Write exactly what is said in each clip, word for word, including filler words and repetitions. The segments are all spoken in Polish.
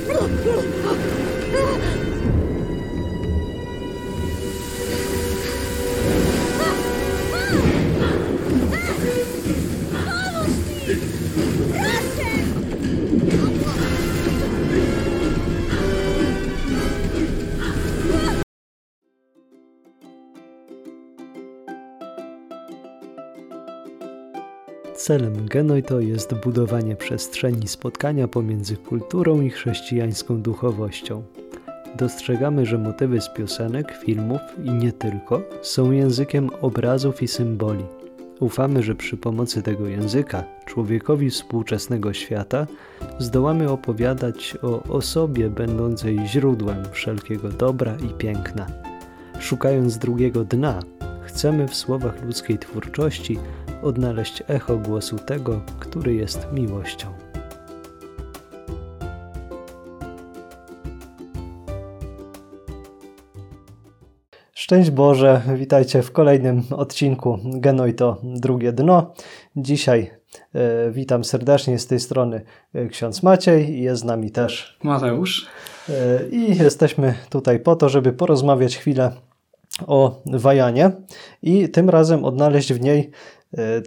Celem Genoito jest budowanie przestrzeni spotkania pomiędzy kulturą i chrześcijańską duchowością. Dostrzegamy, że motywy z piosenek, filmów i nie tylko są językiem obrazów i symboli. Ufamy, że przy pomocy tego języka człowiekowi współczesnego świata zdołamy opowiadać o osobie będącej źródłem wszelkiego dobra i piękna. Szukając drugiego dna, chcemy w słowach ludzkiej twórczości odnaleźć echo głosu tego, który jest miłością. Szczęść Boże, witajcie w kolejnym odcinku Genoito Drugie Dno. Dzisiaj e, witam serdecznie z tej strony ksiądz Maciej i jest z nami też Mateusz. E, I jesteśmy tutaj po to, żeby porozmawiać chwilę o Wajanie i tym razem odnaleźć w niej e,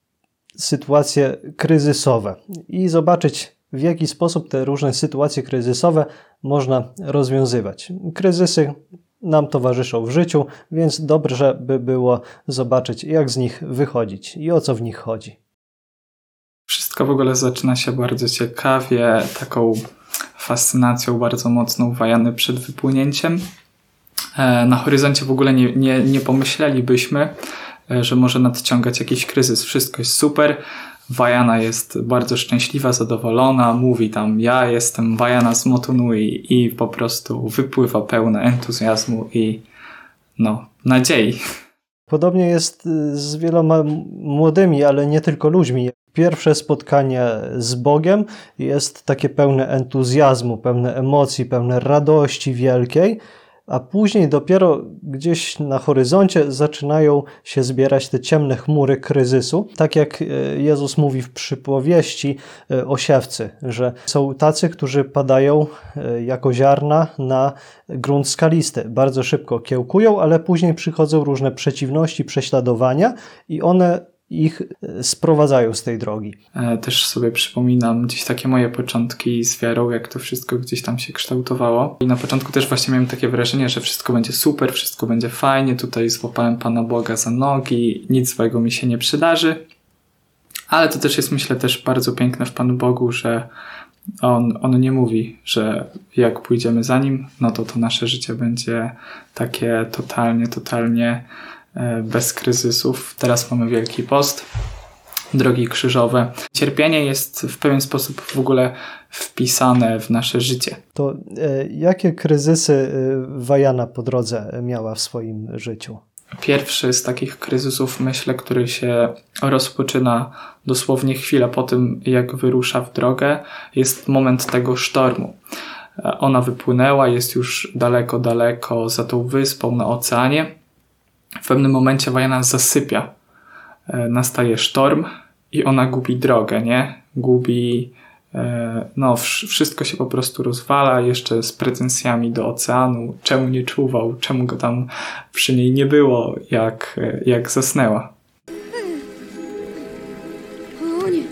sytuacje kryzysowe i zobaczyć, w jaki sposób te różne sytuacje kryzysowe można rozwiązywać. Kryzysy nam towarzyszą w życiu, więc dobrze by było zobaczyć, jak z nich wychodzić i o co w nich chodzi. Wszystko w ogóle zaczyna się bardzo ciekawie, taką fascynacją bardzo mocną Wajany przed wypłynięciem. Na horyzoncie w ogóle nie, nie, nie pomyślelibyśmy, że może nadciągać jakiś kryzys. Wszystko jest super. Wajana jest bardzo szczęśliwa, zadowolona, mówi tam ja jestem Wajana z Motunui i po prostu wypływa pełna entuzjazmu i no, nadziei. Podobnie jest z wieloma młodymi, ale nie tylko ludźmi. Pierwsze spotkanie z Bogiem jest takie pełne entuzjazmu, pełne emocji, pełne radości wielkiej, a później dopiero gdzieś na horyzoncie zaczynają się zbierać te ciemne chmury kryzysu. Tak jak Jezus mówi w przypowieści o siewcy, że są tacy, którzy padają jako ziarna na grunt skalisty. Bardzo szybko kiełkują, ale później przychodzą różne przeciwności, prześladowania i one ich sprowadzają z tej drogi. Też sobie przypominam gdzieś takie moje początki z wiarą, jak to wszystko gdzieś tam się kształtowało. I na początku też właśnie miałem takie wrażenie, że wszystko będzie super, wszystko będzie fajnie. Tutaj złapałem Pana Boga za nogi, nic złego mi się nie przydarzy. Ale to też jest, myślę, też bardzo piękne w Panu Bogu, że On, on nie mówi, że jak pójdziemy za Nim, no to to nasze życie będzie takie totalnie, totalnie bez kryzysów. Teraz mamy Wielki Post, drogi krzyżowe. Cierpienie jest w pewien sposób w ogóle wpisane w nasze życie. To e, jakie kryzysy Wajana po drodze miała w swoim życiu? Pierwszy z takich kryzysów, myślę, który się rozpoczyna dosłownie chwilę po tym, jak wyrusza w drogę, jest moment tego sztormu. Ona wypłynęła, jest już daleko, daleko za tą wyspą na oceanie. W pewnym momencie Wajana zasypia. Nastaje sztorm i ona gubi drogę, nie? Gubi, no wszystko się po prostu rozwala, jeszcze z pretensjami do oceanu. Czemu nie czuwał? Czemu go tam przy niej nie było, jak, jak zasnęła? O nie.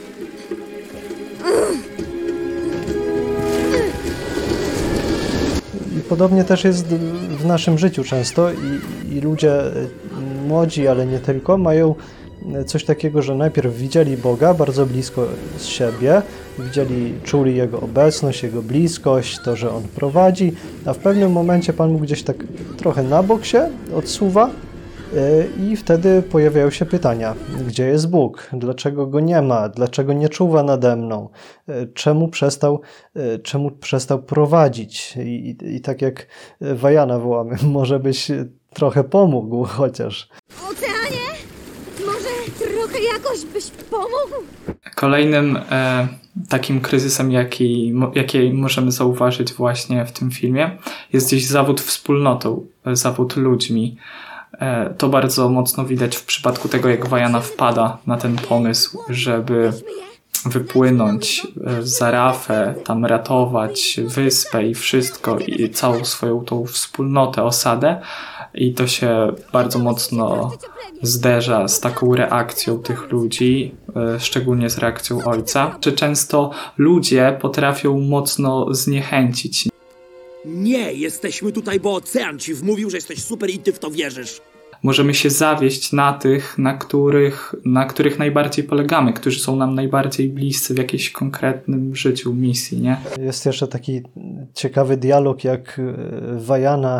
Podobnie też jest w naszym życiu często i, i ludzie młodzi, ale nie tylko, mają coś takiego, że najpierw widzieli Boga bardzo blisko z siebie, widzieli, czuli Jego obecność, Jego bliskość, to, że On prowadzi, a w pewnym momencie Pan Bóg gdzieś tak trochę na bok się odsuwa i wtedy pojawiają się pytania, gdzie jest Bóg, dlaczego Go nie ma, dlaczego nie czuwa nade mną, czemu przestał, czemu przestał prowadzić. I, i, i tak jak Wajana wołamy, może byś trochę pomógł chociaż. Oceanie, może trochę jakoś byś pomógł? Kolejnym e, takim kryzysem, jaki, jaki możemy zauważyć właśnie w tym filmie, jest gdzieś zawód wspólnotą, zawód ludźmi. To bardzo mocno widać w przypadku tego, jak Wajana wpada na ten pomysł, żeby wypłynąć za rafę, tam ratować wyspę i wszystko, i całą swoją tą wspólnotę, osadę. I to się bardzo mocno zderza z taką reakcją tych ludzi, szczególnie z reakcją ojca, że często ludzie potrafią mocno zniechęcić. Nie, jesteśmy tutaj, bo ocean ci wmówił, że jesteś super i ty w to wierzysz. Możemy się zawieść na tych, na których, na których najbardziej polegamy, którzy są nam najbardziej bliscy w jakimś konkretnym życiu, misji, nie? Jest jeszcze taki ciekawy dialog, jak Wajana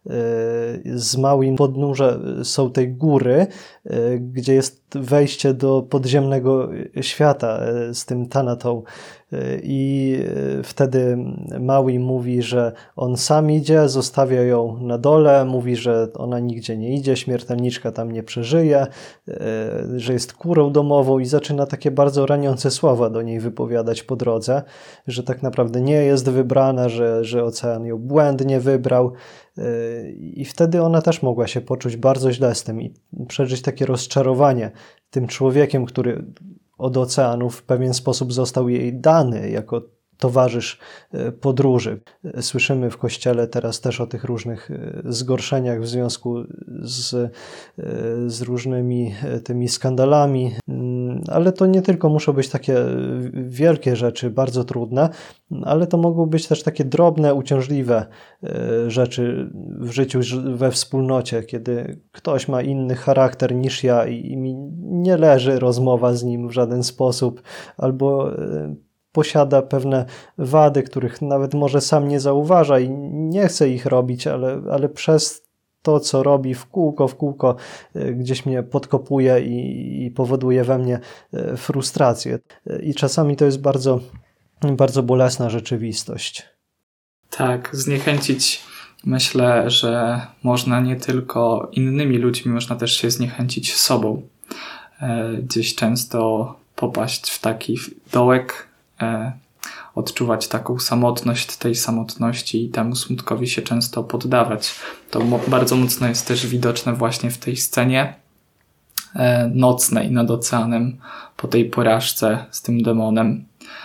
z Małym podnóże są tej góry, gdzie jest wejście do podziemnego świata z tym Tanatą. I wtedy Maui mówi, że on sam idzie, zostawia ją na dole, mówi, że ona nigdzie nie idzie, śmiertelniczka tam nie przeżyje, że jest kurą domową i zaczyna takie bardzo raniące słowa do niej wypowiadać po drodze, że tak naprawdę nie jest wybrana, że, że ocean ją błędnie wybrał. I wtedy ona też mogła się poczuć bardzo źle z tym i przeżyć takie rozczarowanie tym człowiekiem, który od oceanu w pewien sposób został jej dany jako towarzysz podróży. Słyszymy w Kościele teraz też o tych różnych zgorszeniach w związku z, z różnymi tymi skandalami, ale to nie tylko muszą być takie wielkie rzeczy, bardzo trudne, ale to mogą być też takie drobne, uciążliwe rzeczy w życiu we wspólnocie, kiedy ktoś ma inny charakter niż ja i mi nie leży rozmowa z nim w żaden sposób, albo posiada pewne wady, których nawet może sam nie zauważa i nie chce ich robić, ale, ale przez to, co robi w kółko, w kółko gdzieś mnie podkopuje i, i powoduje we mnie frustrację. I czasami to jest bardzo, bardzo bolesna rzeczywistość. Tak, zniechęcić, myślę, że można nie tylko innymi ludźmi, można też się zniechęcić sobą. Gdzieś często popaść w taki dołek, odczuwać taką samotność, tej samotności i temu smutkowi się często poddawać. To mo- bardzo mocno jest też widoczne właśnie w tej scenie e, nocnej nad oceanem po tej porażce z tym demonem.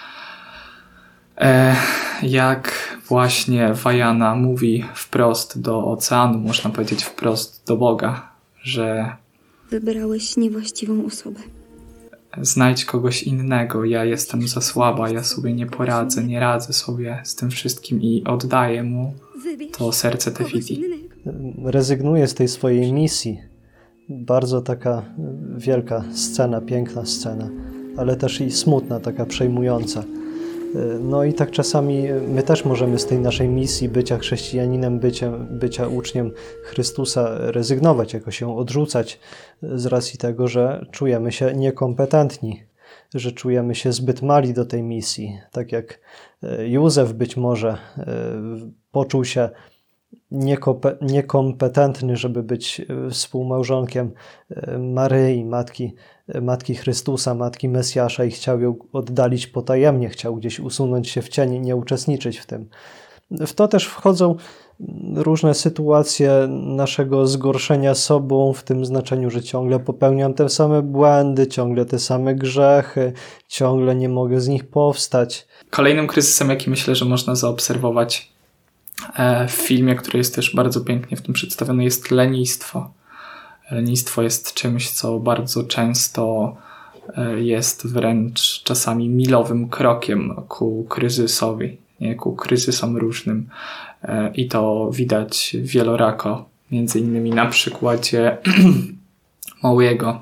E, jak właśnie Wajana mówi wprost do oceanu, można powiedzieć wprost do Boga, że Wybrałeś niewłaściwą osobę. znajdź kogoś innego, ja jestem za słaba, ja sobie nie poradzę, nie radzę sobie z tym wszystkim i oddaję mu to serce Tefiti. Rezygnuje z tej swojej misji. Bardzo taka wielka scena, piękna scena, ale też i smutna, taka przejmująca. No i tak czasami my też możemy z tej naszej misji bycia chrześcijaninem, bycia, bycia uczniem Chrystusa rezygnować, jakoś się odrzucać z racji tego, że czujemy się niekompetentni, że czujemy się zbyt mali do tej misji. Tak jak Józef być może poczuł się niekompetentny, żeby być współmałżonkiem Maryi, matki, matki Chrystusa, matki Mesjasza i chciał ją oddalić potajemnie, chciał gdzieś usunąć się w cień, nie uczestniczyć w tym. W to też wchodzą różne sytuacje naszego zgorszenia sobą, w tym znaczeniu, że ciągle popełniam te same błędy, ciągle te same grzechy, ciągle nie mogę z nich powstać. Kolejnym kryzysem, jaki myślę, że można zaobserwować w filmie, który jest też bardzo pięknie w tym przedstawiony, jest lenistwo. Lenistwo jest czymś, co bardzo często jest wręcz czasami milowym krokiem ku kryzysowi, nie? Ku kryzysom różnym. I to widać wielorako, między innymi na przykładzie Małego.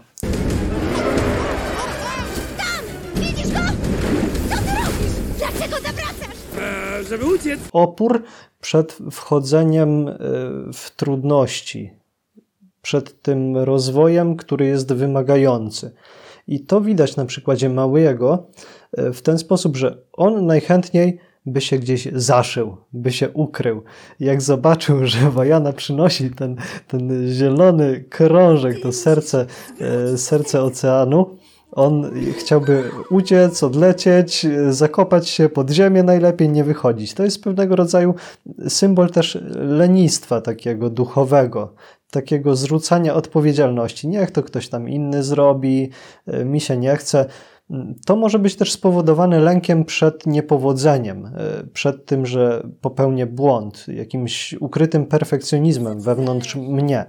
Tam! Widzisz go? Co ty robisz? Dlaczego zawracasz? Eee, żeby uciec. Opór przed wchodzeniem w trudności, przed tym rozwojem, który jest wymagający. I to widać na przykładzie Małego w ten sposób, że on najchętniej by się gdzieś zaszył, by się ukrył. Jak zobaczył, że Wajana przynosi ten, ten zielony krążek, to serce, serce oceanu, on chciałby uciec, odlecieć, zakopać się pod ziemię, najlepiej nie wychodzić. To jest pewnego rodzaju symbol też lenistwa takiego duchowego, takiego zrzucania odpowiedzialności. Niech to ktoś tam inny zrobi, mi się nie chce. To może być też spowodowane lękiem przed niepowodzeniem, przed tym, że popełnię błąd, jakimś ukrytym perfekcjonizmem wewnątrz mnie.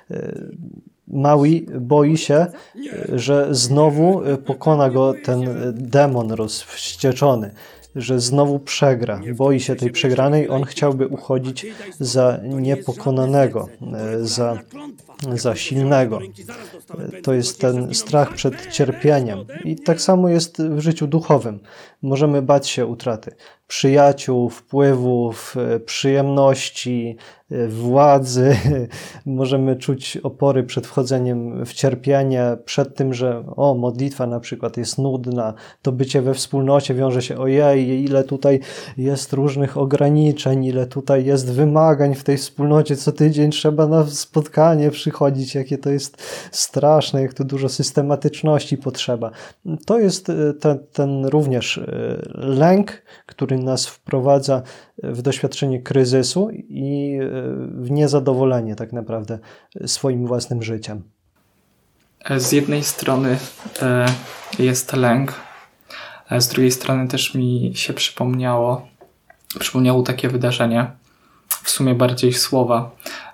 Maui boi się, że znowu pokona go ten demon rozwścieczony, że znowu przegra. Boi się tej przegranej, on chciałby uchodzić za niepokonanego, za, za silnego. To jest ten strach przed cierpieniem. I tak samo jest w życiu duchowym. Możemy bać się utraty przyjaciół, wpływów, przyjemności, władzy. Możemy czuć opory przed wchodzeniem w cierpienie, przed tym, że o, modlitwa na przykład jest nudna, to bycie we wspólnocie wiąże się, ojej, ile tutaj jest różnych ograniczeń, ile tutaj jest wymagań w tej wspólnocie, co tydzień trzeba na spotkanie przychodzić, jakie to jest straszne, jak tu dużo systematyczności potrzeba. To jest ten, ten również lęk, który nas wprowadza w doświadczenie kryzysu i w niezadowolenie tak naprawdę swoim własnym życiem. Z jednej strony jest lęk, a z drugiej strony też mi się przypomniało, przypomniało takie wydarzenie, w sumie bardziej słowa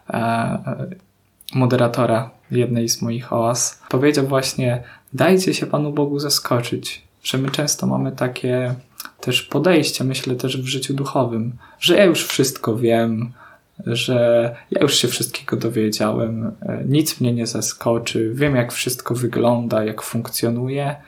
moderatora jednej z moich oaz. Powiedział właśnie, dajcie się Panu Bogu zaskoczyć, że my często mamy takie też podejście, myślę też w życiu duchowym, że ja już wszystko wiem, że ja już się wszystkiego dowiedziałem, nic mnie nie zaskoczy, wiem jak wszystko wygląda, jak funkcjonuje.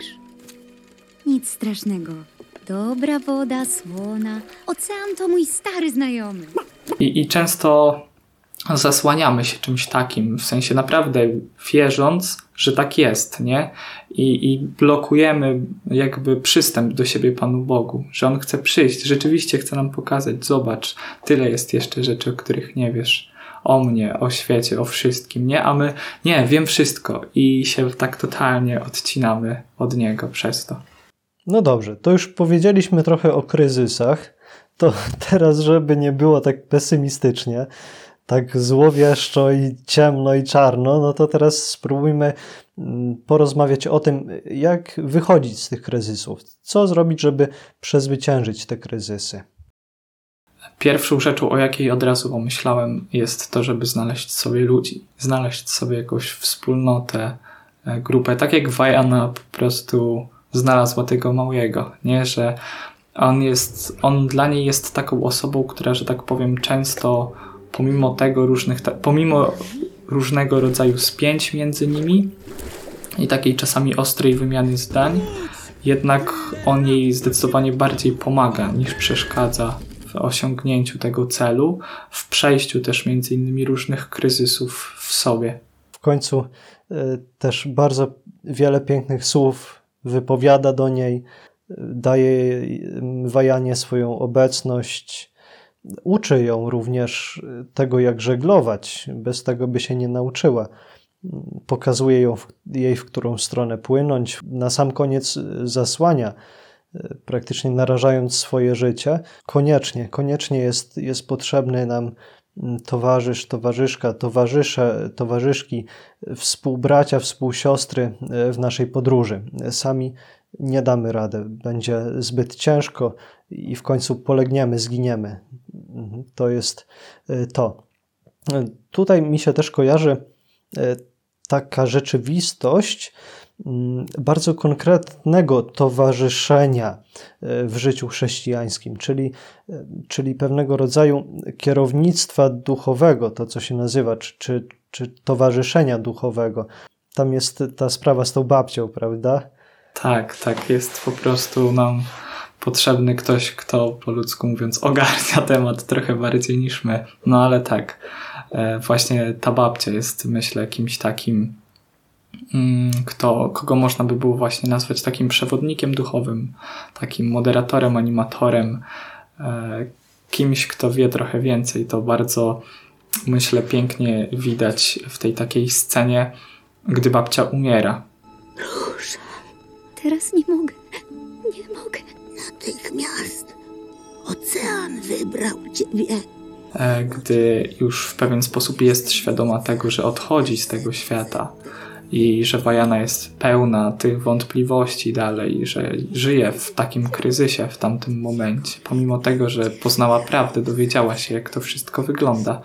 Nic strasznego. Dobra woda, słona. Ocean to mój stary znajomy. I, i często zasłaniamy się czymś takim, w sensie naprawdę wierząc, że tak jest, nie? I, i blokujemy jakby przystęp do siebie Panu Bogu, że On chce przyjść, rzeczywiście chce nam pokazać, zobacz, tyle jest jeszcze rzeczy, o których nie wiesz, o mnie, o świecie, o wszystkim, nie? A my, nie, wiem wszystko i się tak totalnie odcinamy od Niego przez to. No dobrze, to już powiedzieliśmy trochę o kryzysach, to teraz, żeby nie było tak pesymistycznie, tak złowieszczo i ciemno i czarno, no to teraz spróbujmy porozmawiać o tym, jak wychodzić z tych kryzysów. Co zrobić, żeby przezwyciężyć te kryzysy? Pierwszą rzeczą, o jakiej od razu pomyślałem, jest to, żeby znaleźć sobie ludzi. Znaleźć sobie jakąś wspólnotę, grupę. Tak jak Vaiana po prostu znalazła tego Mauiego, nie? Że on jest, on dla niej jest taką osobą, która, że tak powiem, często pomimo tego różnych, pomimo różnego rodzaju spięć między nimi i takiej czasami ostrej wymiany zdań, jednak on jej zdecydowanie bardziej pomaga niż przeszkadza w osiągnięciu tego celu, w przejściu też między innymi różnych kryzysów w sobie. W końcu y, też bardzo wiele pięknych słów wypowiada do niej, daje Vaianie swoją obecność, uczy ją również tego, jak żeglować, bez tego by się nie nauczyła. Pokazuje ją, jej, w którą stronę płynąć. Na sam koniec zasłania, praktycznie narażając swoje życie. Koniecznie, koniecznie jest, jest potrzebny nam towarzysz, towarzyszka, towarzysze, towarzyszki, współbracia, współsiostry w naszej podróży. Sami nie damy rady, będzie zbyt ciężko i w końcu polegniemy, zginiemy. To jest to. Tutaj mi się też kojarzy taka rzeczywistość bardzo konkretnego towarzyszenia w życiu chrześcijańskim, czyli, czyli pewnego rodzaju kierownictwa duchowego, to co się nazywa, czy, czy, czy towarzyszenia duchowego. Tam jest ta sprawa z tą babcią, prawda? Tak, tak, jest po prostu nam potrzebny ktoś, kto po ludzku mówiąc ogarnia temat trochę bardziej niż my. No ale tak, właśnie ta babcia jest, myślę, kimś takim, kto, kogo można by było właśnie nazwać takim przewodnikiem duchowym, takim moderatorem, animatorem, kimś, kto wie trochę więcej. To bardzo, myślę, pięknie widać w tej takiej scenie, gdy babcia umiera. Proszę. Teraz nie mogę. Nie mogę. Natychmiast. Ocean wybrał ciebie. Gdy już w pewien sposób jest świadoma tego, że odchodzi z tego świata, i że Wajana jest pełna tych wątpliwości dalej, że żyje w takim kryzysie w tamtym momencie, pomimo tego, że poznała prawdę, dowiedziała się, jak to wszystko wygląda.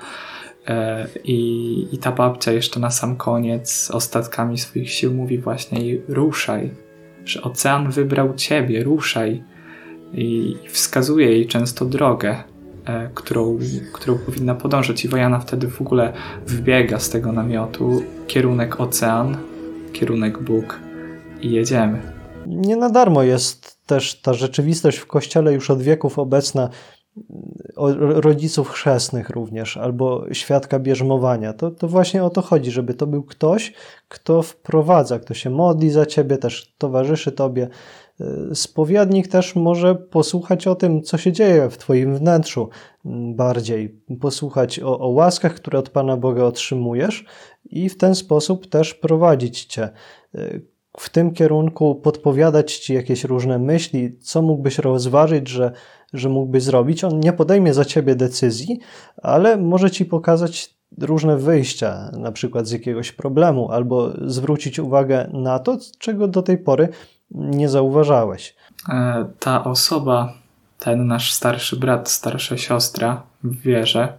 I, i ta babcia jeszcze na sam koniec ostatkami swoich sił mówi właśnie jej: ruszaj, że ocean wybrał ciebie, ruszaj, i wskazuje jej często drogę, e, którą, którą powinna podążać, i Wajana wtedy w ogóle wbiega z tego namiotu, kierunek ocean, kierunek Bóg, i jedziemy. Nie na darmo jest też ta rzeczywistość w Kościele już od wieków obecna, o rodziców chrzestnych również, albo świadka bierzmowania. To, to właśnie o to chodzi, żeby to był ktoś, kto wprowadza, kto się modli za ciebie, też towarzyszy tobie. Spowiednik też może posłuchać o tym, co się dzieje w twoim wnętrzu bardziej, posłuchać o, o łaskach, które od Pana Boga otrzymujesz, i w ten sposób też prowadzić cię w tym kierunku, podpowiadać ci jakieś różne myśli, co mógłbyś rozważyć, że, że mógłbyś zrobić. On nie podejmie za ciebie decyzji, ale może ci pokazać różne wyjścia, na przykład z jakiegoś problemu, albo zwrócić uwagę na to, czego do tej pory nie zauważałeś. Ta osoba, ten nasz starszy brat, starsza siostra w wierze,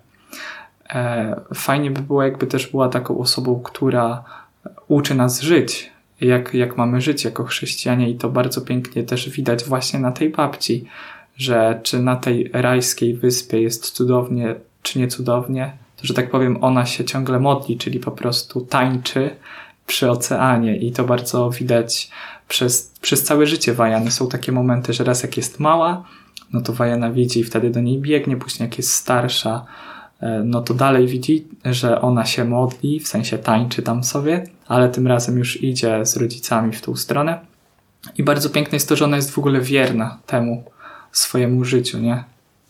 fajnie by było, jakby też była taką osobą, która uczy nas żyć, jak, jak mamy żyć jako chrześcijanie, i to bardzo pięknie też widać właśnie na tej babci, że czy na tej rajskiej wyspie jest cudownie, czy nie cudownie, to, że tak powiem, ona się ciągle modli, czyli po prostu tańczy przy oceanie, i to bardzo widać przez, przez całe życie Wajany. Są takie momenty, że raz jak jest mała, no to Wajana widzi i wtedy do niej biegnie, później jak jest starsza, no to dalej widzi, że ona się modli, w sensie tańczy tam sobie, ale tym razem już idzie z rodzicami w tą stronę. I bardzo piękne jest to, że ona jest w ogóle wierna temu swojemu życiu, nie?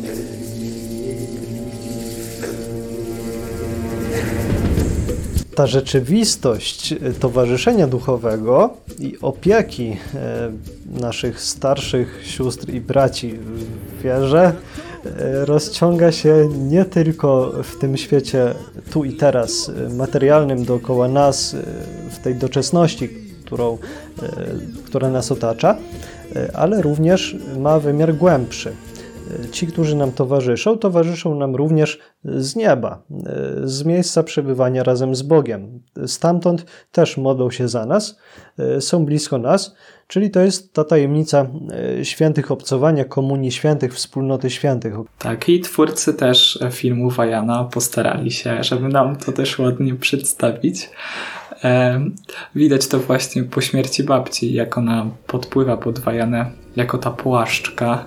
Ta rzeczywistość towarzyszenia duchowego i opieki naszych starszych sióstr i braci w wierze rozciąga się nie tylko w tym świecie tu i teraz, materialnym dookoła nas, w tej doczesności, którą, która nas otacza, ale również ma wymiar głębszy. Ci, którzy nam towarzyszą, towarzyszą nam również z nieba, z miejsca przebywania razem z Bogiem. Stamtąd też modlą się za nas, są blisko nas, czyli to jest ta tajemnica świętych obcowania, komunii świętych, wspólnoty świętych. Tak, i twórcy też filmu Wajana postarali się, żeby nam to też ładnie przedstawić. Widać to właśnie po śmierci babci, jak ona podpływa pod Wajanę jako ta płaszczka.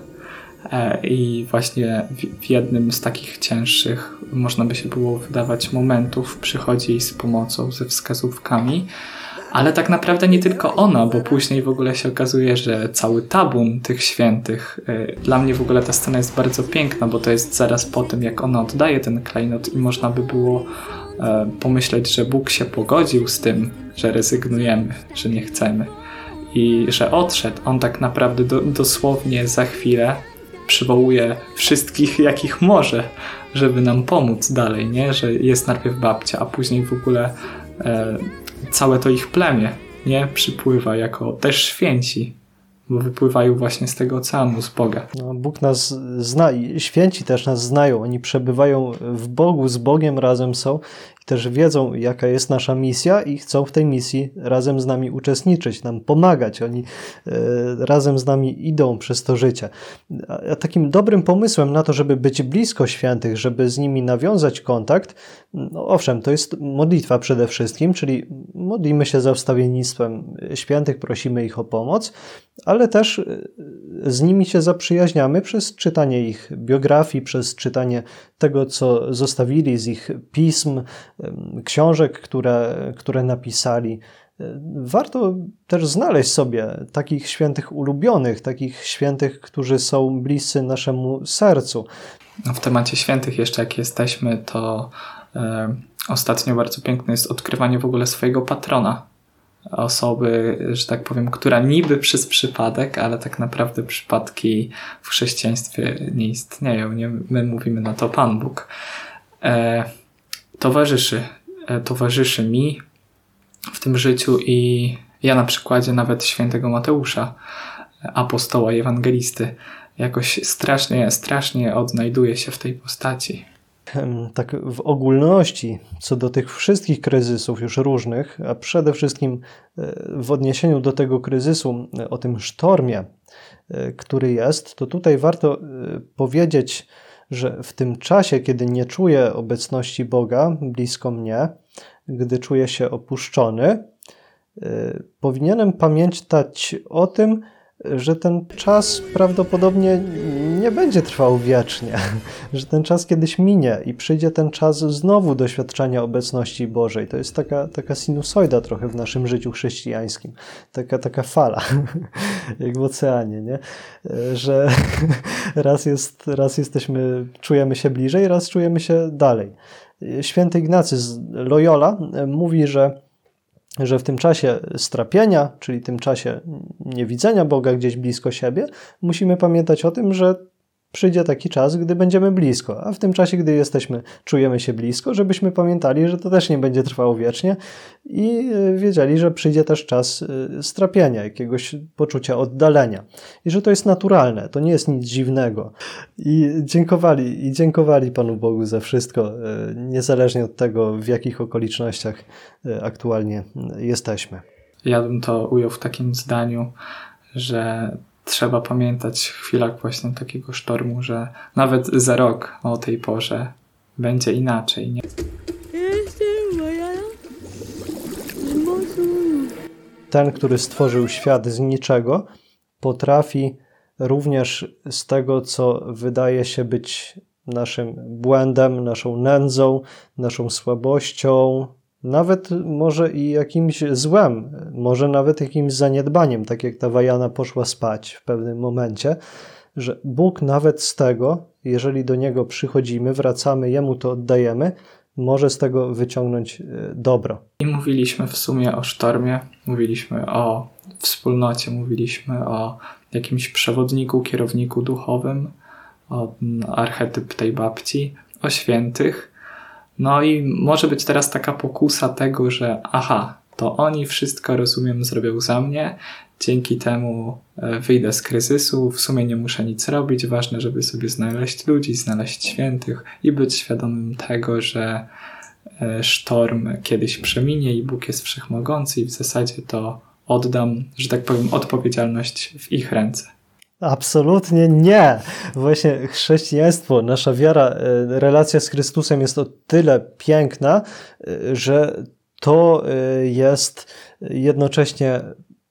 I właśnie w jednym z takich cięższych, można by się było wydawać, momentów przychodzi jej z pomocą, ze wskazówkami, ale tak naprawdę nie tylko ona, bo później w ogóle się okazuje, że cały tabun tych świętych. Dla mnie w ogóle ta scena jest bardzo piękna, bo to jest zaraz po tym, jak ona oddaje ten klejnot, i można by było pomyśleć, że Bóg się pogodził z tym, że rezygnujemy, że nie chcemy i że odszedł. On tak naprawdę do, dosłownie za chwilę przywołuje wszystkich, jakich może, żeby nam pomóc dalej, nie? Że jest najpierw babcia, a później w ogóle e, całe to ich plemię, nie? Przypływa jako też święci, bo wypływają właśnie z tego oceanu, z Boga. No, Bóg nas zna i święci też nas znają. Oni przebywają w Bogu, z Bogiem razem są i też wiedzą, jaka jest nasza misja, i chcą w tej misji razem z nami uczestniczyć, nam pomagać. Oni e, razem z nami idą przez to życie. A takim dobrym pomysłem na to, żeby być blisko świętych, żeby z nimi nawiązać kontakt, no owszem, to jest modlitwa przede wszystkim, czyli modlimy się za wstawiennictwem świętych, prosimy ich o pomoc, ale też z nimi się zaprzyjaźniamy przez czytanie ich biografii, przez czytanie tego, co zostawili z ich pism, książek, które, które napisali. Warto też znaleźć sobie takich świętych ulubionych, takich świętych, którzy są bliscy naszemu sercu. No w temacie świętych jeszcze jak jesteśmy, to e, ostatnio bardzo piękne jest odkrywanie w ogóle swojego patrona. Osoby, że tak powiem, która niby przez przypadek, ale tak naprawdę przypadki w chrześcijaństwie nie istnieją. Nie? My mówimy na to Pan Bóg. E, towarzyszy, e, towarzyszy mi w tym życiu i ja na przykładzie nawet świętego Mateusza, apostoła i ewangelisty, jakoś strasznie, strasznie odnajduję się w tej postaci. Tak w ogólności, co do tych wszystkich kryzysów już różnych, a przede wszystkim w odniesieniu do tego kryzysu, o tym sztormie, który jest, to tutaj warto powiedzieć, że w tym czasie, kiedy nie czuję obecności Boga blisko mnie, gdy czuję się opuszczony, powinienem pamiętać o tym, że ten czas prawdopodobnie nie będzie trwał wiecznie, że ten czas kiedyś minie i przyjdzie ten czas znowu doświadczenia obecności Bożej. To jest taka, taka sinusoida trochę w naszym życiu chrześcijańskim, taka, taka fala, jak w oceanie, nie? Że raz, jest, raz jesteśmy, czujemy się bliżej, raz czujemy się dalej. Święty Ignacy z Loyola mówi, że że w tym czasie strapienia, czyli tym czasie niewidzenia Boga gdzieś blisko siebie, musimy pamiętać o tym, że przyjdzie taki czas, gdy będziemy blisko, a w tym czasie, gdy jesteśmy, czujemy się blisko, żebyśmy pamiętali, że to też nie będzie trwało wiecznie i wiedzieli, że przyjdzie też czas strapienia, jakiegoś poczucia oddalenia i że to jest naturalne, to nie jest nic dziwnego. I dziękowali, i dziękowali Panu Bogu za wszystko, niezależnie od tego, w jakich okolicznościach aktualnie jesteśmy. Ja bym to ujął w takim zdaniu, że trzeba pamiętać w chwilach właśnie takiego sztormu, że nawet za rok o tej porze będzie inaczej. Nie? Ten, który stworzył świat z niczego, potrafi również z tego, co wydaje się być naszym błędem, naszą nędzą, naszą słabością, nawet może i jakimś złem, może nawet jakimś zaniedbaniem, tak jak ta Wajana poszła spać w pewnym momencie, że Bóg nawet z tego, jeżeli do Niego przychodzimy, wracamy, Jemu to oddajemy, może z tego wyciągnąć dobro. I mówiliśmy w sumie o sztormie, mówiliśmy o wspólnocie, mówiliśmy o jakimś przewodniku, kierowniku duchowym, o archetyp tej babci, o świętych. No i może być teraz taka pokusa tego, że aha, to oni wszystko, rozumiem, zrobią za mnie, dzięki temu wyjdę z kryzysu, w sumie nie muszę nic robić, ważne, żeby sobie znaleźć ludzi, znaleźć świętych i być świadomym tego, że sztorm kiedyś przeminie i Bóg jest wszechmogący i w zasadzie to oddam, że tak powiem, odpowiedzialność w ich ręce. Absolutnie nie. Właśnie chrześcijaństwo, nasza wiara, relacja z Chrystusem jest o tyle piękna, że to jest jednocześnie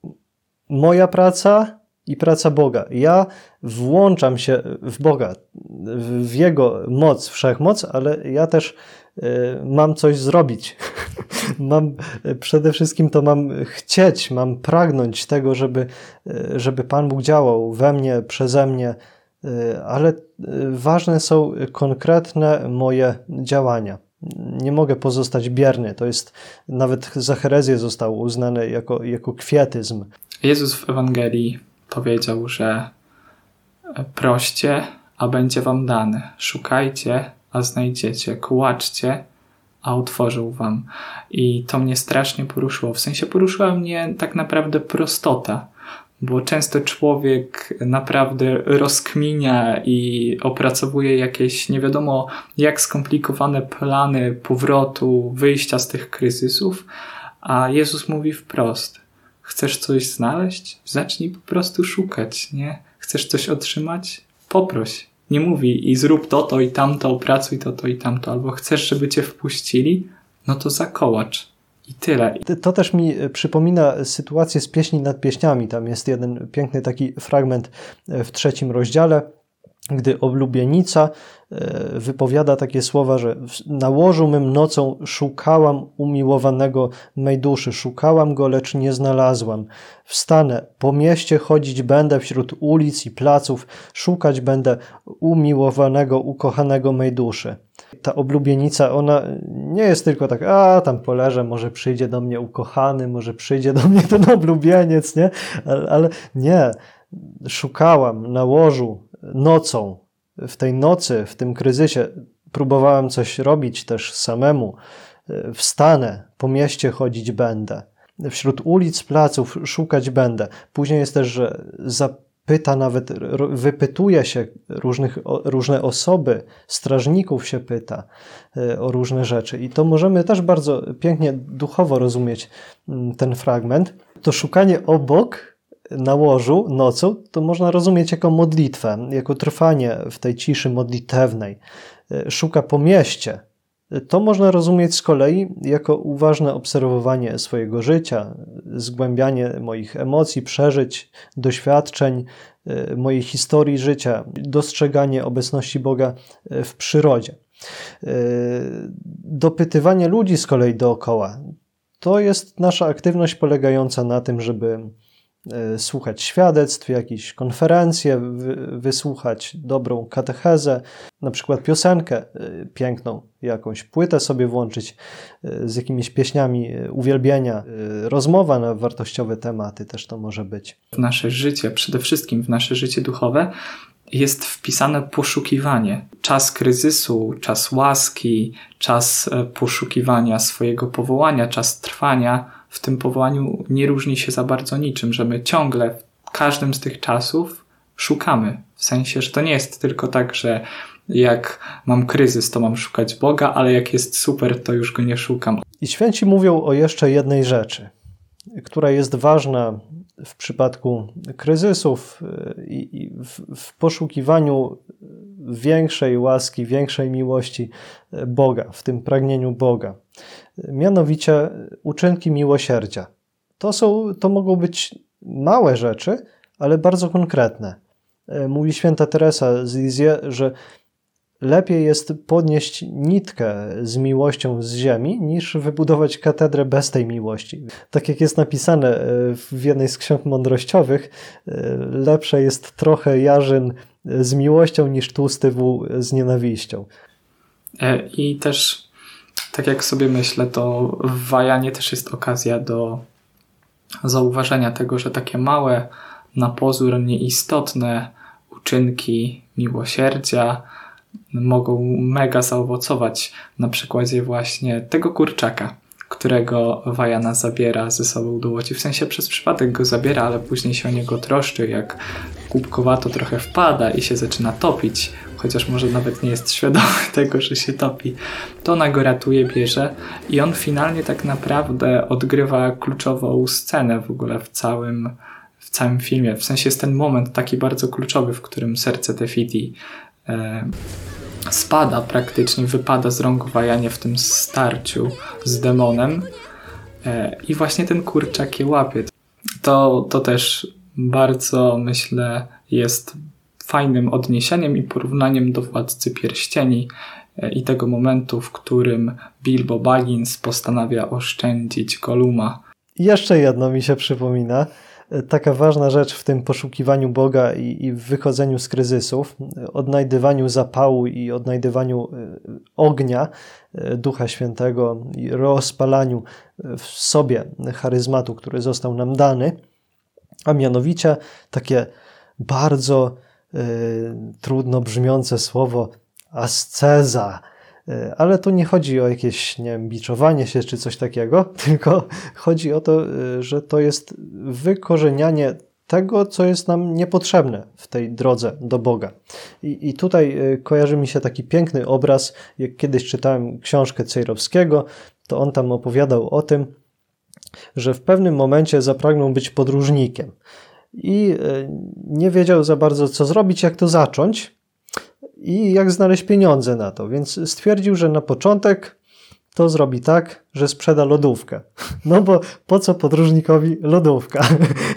moja praca i praca Boga. Ja włączam się w Boga, w Jego moc, wszechmoc, ale ja też mam coś zrobić. Mam, przede wszystkim to mam chcieć, mam pragnąć tego, żeby, żeby Pan Bóg działał we mnie, przeze mnie, ale ważne są konkretne moje działania. Nie mogę pozostać bierny. To jest, nawet za herezję zostało uznane jako, jako kwietyzm. Jezus w Ewangelii powiedział, że proście, a będzie wam dane. Szukajcie, a znajdziecie. Kłaczcie, a otworzył wam. I to mnie strasznie poruszyło. W sensie poruszyła mnie tak naprawdę prostota, bo często człowiek naprawdę rozkminia i opracowuje jakieś nie wiadomo jak skomplikowane plany powrotu, wyjścia z tych kryzysów, a Jezus mówi wprost: chcesz coś znaleźć? Zacznij po prostu szukać, nie? Chcesz coś otrzymać? Poproś. Nie mówi i zrób to, to i tamto, opracuj to, to i tamto. Albo chcesz, żeby cię wpuścili? No to zakołacz. I tyle. To też mi przypomina sytuację z Pieśni nad pieśniami. Tam jest jeden piękny taki fragment w trzecim rozdziale, gdy oblubienica wypowiada takie słowa, że na łożu mym nocą szukałam umiłowanego mej duszy, szukałam go, lecz nie znalazłam. Wstanę, po mieście chodzić będę wśród ulic i placów, szukać będę umiłowanego, ukochanego mej duszy. Ta oblubienica, ona nie jest tylko tak, a tam poleżę, może przyjdzie do mnie ukochany, może przyjdzie do mnie ten oblubieniec, nie? Ale, ale nie, szukałam na łożu nocą. W tej nocy, w tym kryzysie próbowałem coś robić też samemu, Wstanę, po mieście chodzić będę, wśród ulic, placów szukać będę. Później jest też, że zapyta nawet, wypytuje się różnych, różne osoby, strażników się pyta o różne rzeczy. I to możemy też bardzo pięknie duchowo rozumieć ten fragment. To szukanie obok na łożu nocą, to można rozumieć jako modlitwę, jako trwanie w tej ciszy modlitewnej. Szuka po mieście. To można rozumieć z kolei jako uważne obserwowanie swojego życia, zgłębianie moich emocji, przeżyć, doświadczeń, mojej historii życia, dostrzeganie obecności Boga w przyrodzie. Dopytywanie ludzi z kolei dookoła. To jest nasza aktywność polegająca na tym, żeby słuchać świadectw, jakieś konferencje, wysłuchać dobrą katechezę, na przykład piosenkę piękną, jakąś płytę sobie włączyć z jakimiś pieśniami uwielbienia, rozmowa na wartościowe tematy też to może być. W nasze życie, przede wszystkim w nasze życie duchowe jest wpisane poszukiwanie. Czas kryzysu, czas łaski, czas poszukiwania swojego powołania, czas trwania w tym powołaniu nie różni się za bardzo niczym, że my ciągle w każdym z tych czasów szukamy. W sensie, że to nie jest tylko tak, że jak mam kryzys, to mam szukać Boga, ale jak jest super, to już Go nie szukam. I święci mówią o jeszcze jednej rzeczy, która jest ważna w przypadku kryzysów i w, w poszukiwaniu większej łaski, większej miłości Boga, w tym pragnieniu Boga. Mianowicie uczynki miłosierdzia. To są, to mogą być małe rzeczy, ale bardzo konkretne. Mówi święta Teresa z Lisieux, że lepiej jest podnieść nitkę z miłością z ziemi, niż wybudować katedrę bez tej miłości. Tak jak jest napisane w jednej z ksiąg mądrościowych, lepsze jest trochę jarzyn z miłością, niż tłusty wół z nienawiścią. I też, tak jak sobie myślę, to w Wajanie też jest okazja do zauważenia tego, że takie małe, na pozór nieistotne uczynki miłosierdzia mogą mega zaowocować na przykładzie właśnie tego kurczaka, którego Wajana zabiera ze sobą do łodzi. W sensie przez przypadek go zabiera, ale później się o niego troszczy, jak głupkowato trochę wpada i się zaczyna topić, chociaż może nawet nie jest świadomy tego, że się topi. To ona go ratuje, bierze i on finalnie tak naprawdę odgrywa kluczową scenę w ogóle w całym, w całym filmie. W sensie jest ten moment taki bardzo kluczowy, w którym serce Te Fiti e, spada praktycznie, wypada z rąk Wajanie w tym starciu z demonem e, i właśnie ten kurczak je łapie. To, to też bardzo, myślę, jest fajnym odniesieniem i porównaniem do Władcy Pierścieni e, i tego momentu, w którym Bilbo Baggins postanawia oszczędzić Golluma. Jeszcze jedno mi się przypomina. Taka ważna rzecz w tym poszukiwaniu Boga i, i w wychodzeniu z kryzysów, odnajdywaniu zapału i odnajdywaniu ognia Ducha Świętego i rozpalaniu w sobie charyzmatu, który został nam dany, a mianowicie takie bardzo y, trudno brzmiące słowo asceza. Ale tu nie chodzi o jakieś, nie wiem, biczowanie się czy coś takiego, tylko chodzi o to, że to jest wykorzenianie tego, co jest nam niepotrzebne w tej drodze do Boga. I, i tutaj kojarzy mi się taki piękny obraz, jak kiedyś czytałem książkę Cejrowskiego, to on tam opowiadał o tym, że w pewnym momencie zapragnął być podróżnikiem i nie wiedział za bardzo, co zrobić, jak to zacząć, i jak znaleźć pieniądze na to, więc stwierdził, że na początek to zrobi tak, że sprzeda lodówkę. No bo po co podróżnikowi lodówka,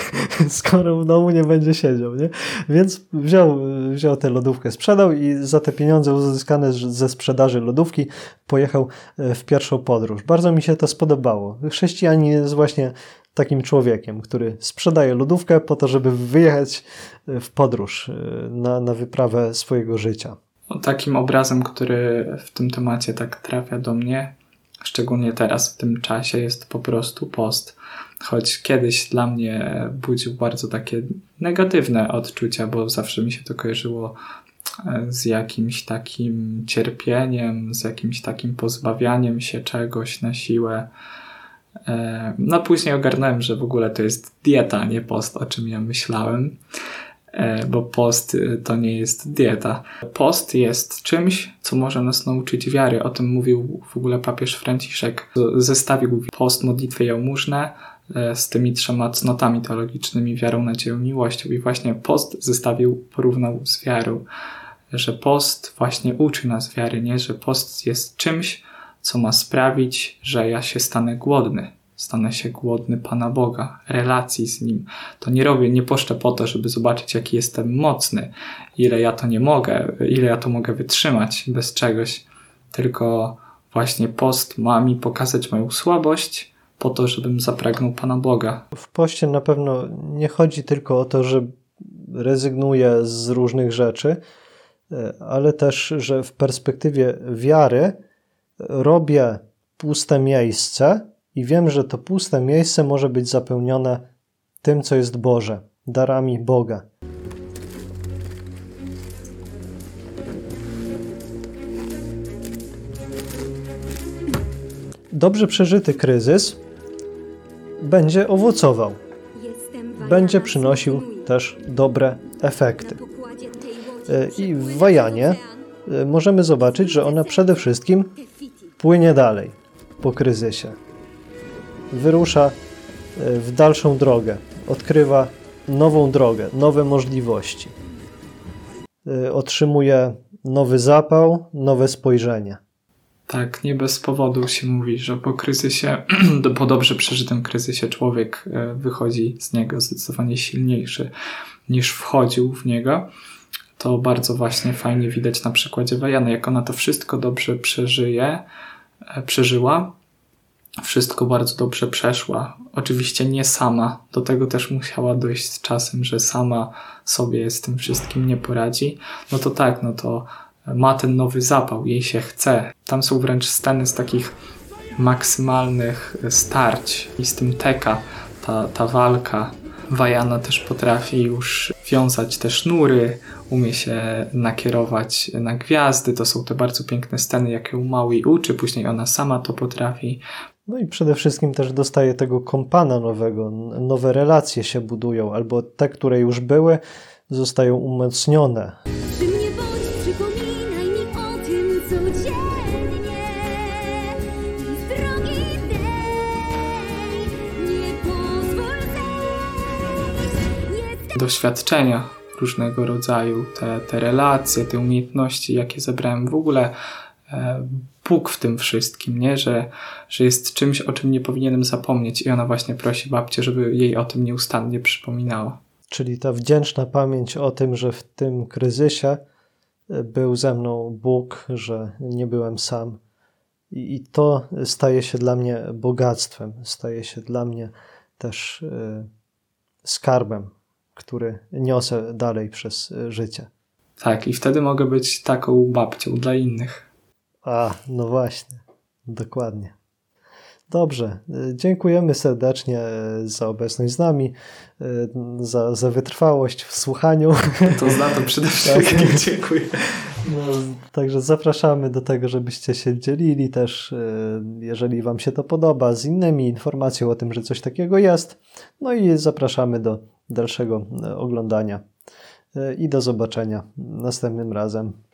skoro w domu nie będzie siedział, nie? Więc wziął, wziął tę lodówkę, sprzedał i za te pieniądze uzyskane ze sprzedaży lodówki pojechał w pierwszą podróż. Bardzo mi się to spodobało. Chrześcijanin jest właśnie takim człowiekiem, który sprzedaje lodówkę po to, żeby wyjechać w podróż na, na wyprawę swojego życia. Takim obrazem, który w tym temacie tak trafia do mnie, szczególnie teraz w tym czasie, jest po prostu post. Choć kiedyś dla mnie budził bardzo takie negatywne odczucia, bo zawsze mi się to kojarzyło z jakimś takim cierpieniem, z jakimś takim pozbawianiem się czegoś na siłę. No później ogarnąłem, że w ogóle to jest dieta, a nie post, o czym ja myślałem, bo post to nie jest dieta. Post jest czymś, co może nas nauczyć wiary. O tym mówił w ogóle papież Franciszek. Zestawił post, modlitwę i jałmużnę z tymi trzema cnotami teologicznymi, wiarą, nadzieją, miłością. I właśnie post zestawił, porównał z wiarą, że post właśnie uczy nas wiary, nie? Że post jest czymś, co ma sprawić, że ja się stanę głodny. Stanę się głodny Pana Boga, relacji z Nim. To nie robię, nie poszczę po to, żeby zobaczyć, jaki jestem mocny, ile ja to nie mogę, ile ja to mogę wytrzymać bez czegoś. Tylko właśnie post ma mi pokazać moją słabość po to, żebym zapragnął Pana Boga. W poście na pewno nie chodzi tylko o to, że rezygnuję z różnych rzeczy, ale też, że w perspektywie wiary robię puste miejsce i wiem, że to puste miejsce może być zapełnione tym, co jest Boże, darami Boga. Dobrze przeżyty kryzys będzie owocował, będzie przynosił też dobre efekty. I w Wajanie możemy zobaczyć, że ona przede wszystkim płynie dalej po kryzysie. Wyrusza w dalszą drogę, odkrywa nową drogę, nowe możliwości. Otrzymuje nowy zapał, nowe spojrzenie. Tak, nie bez powodu się mówi, że po kryzysie, po dobrze przeżytym kryzysie człowiek wychodzi z niego zdecydowanie silniejszy niż wchodził w niego. To bardzo właśnie fajnie widać na przykładzie Wajany, jak ona to wszystko dobrze przeżyje, przeżyła, wszystko bardzo dobrze przeszła. Oczywiście nie sama, do tego też musiała dojść z czasem, że sama sobie z tym wszystkim nie poradzi. No to tak, no to ma ten nowy zapał, jej się chce. Tam są wręcz sceny z takich maksymalnych starć i z tym teka, ta, ta walka. Wajana też potrafi już wiązać te sznury, umie się nakierować na gwiazdy. To są te bardzo piękne sceny, jak ją Maui uczy, później ona sama to potrafi. No i przede wszystkim też dostaje tego kompana nowego, nowe relacje się budują, albo te, które już były, zostają umocnione. Przy mnie bądź, przypominaj mi o tym codziennie. I z drogi tej nie pozwól zejść. Jestem Doświadczenia różnego rodzaju, te, te relacje, te umiejętności, jakie zebrałem w ogóle, e, Bóg w tym wszystkim, nie? Że, że jest czymś, o czym nie powinienem zapomnieć i ona właśnie prosi babcię, żeby jej o tym nieustannie przypominała. Czyli ta wdzięczna pamięć o tym, że w tym kryzysie był ze mną Bóg, że nie byłem sam. I, i to staje się dla mnie bogactwem, staje się dla mnie też y, skarbem, który niosę dalej przez życie. Tak, i wtedy mogę być taką babcią dla innych. A, no właśnie, dokładnie. Dobrze, dziękujemy serdecznie za obecność z nami, za, za wytrwałość w słuchaniu. To za to przede wszystkim dziękuję. No, także zapraszamy do tego, żebyście się dzielili też, jeżeli wam się to podoba, z innymi informacją o tym, że coś takiego jest. No i zapraszamy do dalszego oglądania i do zobaczenia następnym razem.